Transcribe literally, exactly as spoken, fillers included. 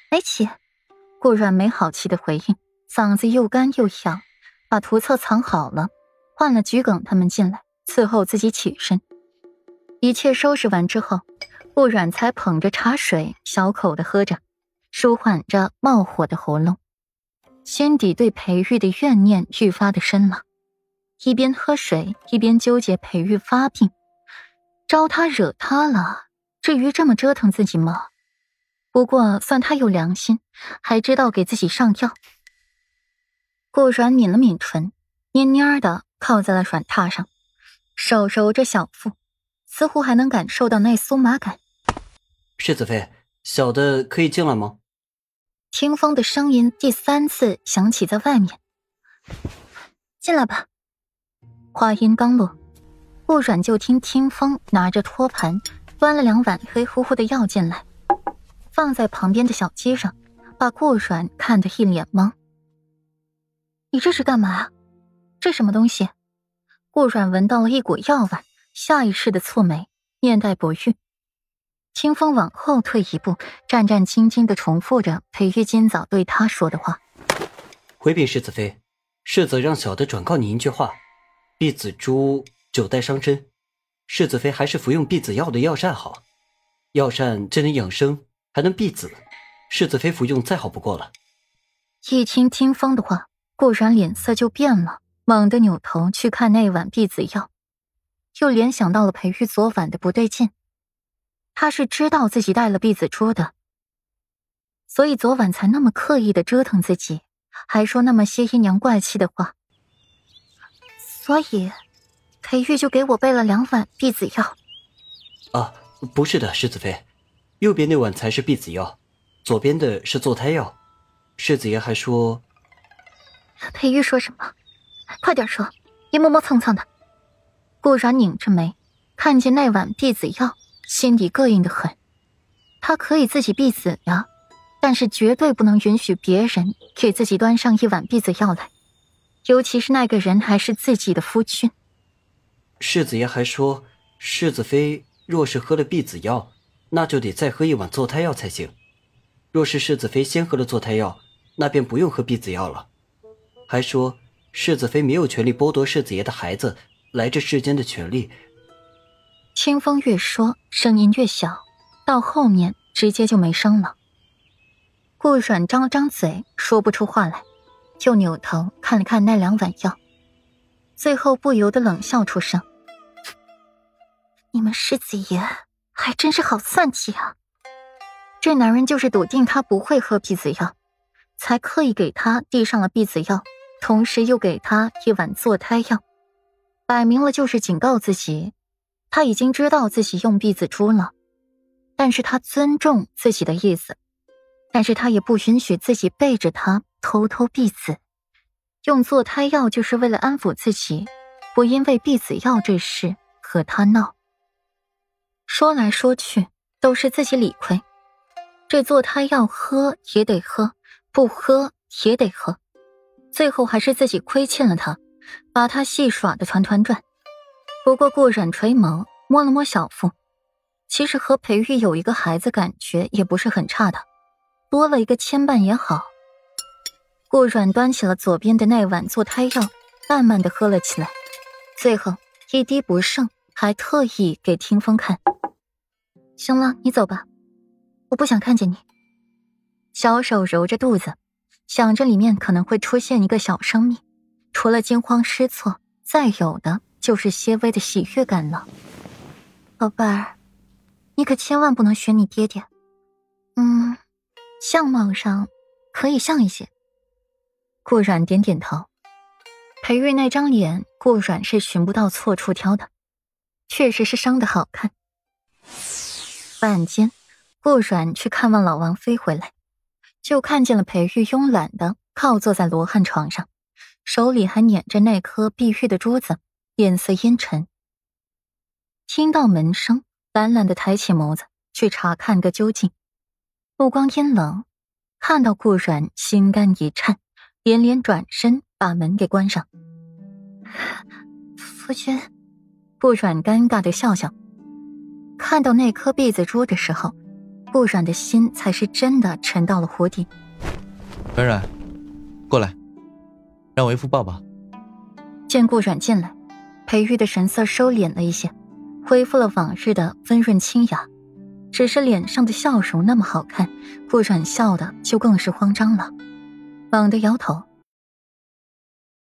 没起。顾阮没好气的回应，嗓子又干又痒，把图册藏好了，换了桔梗他们进来，伺候自己起身。一切收拾完之后，顾阮才捧着茶水小口的喝着，舒缓着冒火的喉咙，心底对裴玉的怨念愈发的深了，一边喝水一边纠结裴玉发病，招他惹他了，至于这么折腾自己吗？不过算他有良心，还知道给自己上药。顾阮抿了抿唇，蔫蔫的靠在了软榻上，手揉着小腹，似乎还能感受到那酥麻感。 世子妃，小的可以进来吗？ 听风的声音第三次响起在外面。进来吧。话音刚落，顾阮就听听风拿着托盘端了两碗黑乎乎的药进来，放在旁边的小鸡上，把顾阮看得一脸懵。你这是干嘛啊？这什么东西？顾阮闻到了一股药味，下意识的蹙眉，面带不悦。清风往后退一步，战战兢兢地重复着裴玉今早对他说的话。 回禀世子妃，世子让小的转告您一句话，婢子猪久待伤身，世子妃还是服用婢子药的药膳好，药膳既能养生还能避子，世子妃服用再好不过了。 一听听风的话，顾然脸色就变了，猛地扭头去看那碗避子药，又联想到了裴玉昨晚的不对劲。他是知道自己带了避子珠的，所以昨晚才那么刻意的折腾自己，还说那么些阴阳怪气的话。所以裴玉就给我备了两碗避子药。 啊，不是的，世子妃，右边那碗才是避子药，左边的是坐胎药。世子爷还说…… 裴玉说什么？快点说，别磨磨蹭蹭的。顾然拧着眉，看见那碗避子药，心底膈应得很。他可以自己避子呀，但是绝对不能允许别人给自己端上一碗避子药来，尤其是那个人还是自己的夫君。 世子爷还说，世子妃若是喝了避子药，那就得再喝一碗坐胎药才行。若是世子妃先喝了坐胎药，那便不用喝避子药了。还说世子妃没有权利剥夺世子爷的孩子来这世间的权利。 清风越说声音越小，到后面直接就没声了。顾阮张了张嘴，说不出话来，又扭头看了看那两碗药，最后不由得冷笑出声：你们世子爷还真是好算计啊！这男人就是笃定他不会喝避子药，才刻意给他递上了避子药，同时又给他一碗坐胎药，摆明了就是警告自己，他已经知道自己用避子珠了，但是他尊重自己的意思，但是他也不允许自己背着他偷偷避子，用坐胎药就是为了安抚自己，不因为避子药这事和他闹。说来说去都是自己理亏，这坐胎药喝也得喝，不喝也得喝，最后还是自己亏欠了他，把他戏耍的团团转。不过顾阮垂眸摸了摸小腹，其实和裴玉有一个孩子感觉也不是很差的，多了一个牵绊也好。顾阮端起了左边的那碗坐胎药，慢慢的喝了起来，最后一滴不剩，还特意给听风看。行了，你走吧，我不想看见你。小手揉着肚子，想着里面可能会出现一个小生命，除了惊慌失措，再有的就是些微的喜悦感了。宝贝儿，你可千万不能学你爹爹，嗯，相貌上可以像一些。顾阮点点头，裴玉那张脸，顾阮是寻不到错处挑的，确实是生得好看。晚间，顾阮去看望老王妃回来，就看见了裴玉慵懒的靠坐在罗汉床上，手里还捻着那颗碧玉的珠子，脸色阴沉。听到门声，懒懒的抬起眸子去查看个究竟，目光阴冷，看到顾阮心肝一颤，连连转身把门给关上。夫君，顾阮尴尬的笑笑。看到那颗碧子珠的时候， 顾阮的心才是真的沉到了湖底。 软软，过来，让为父抱抱。 见顾阮进来，裴玉的神色收敛了一些，恢复了往日的温润清雅，只是脸上的笑容那么好看，顾阮笑的就更是慌张了，猛地摇头，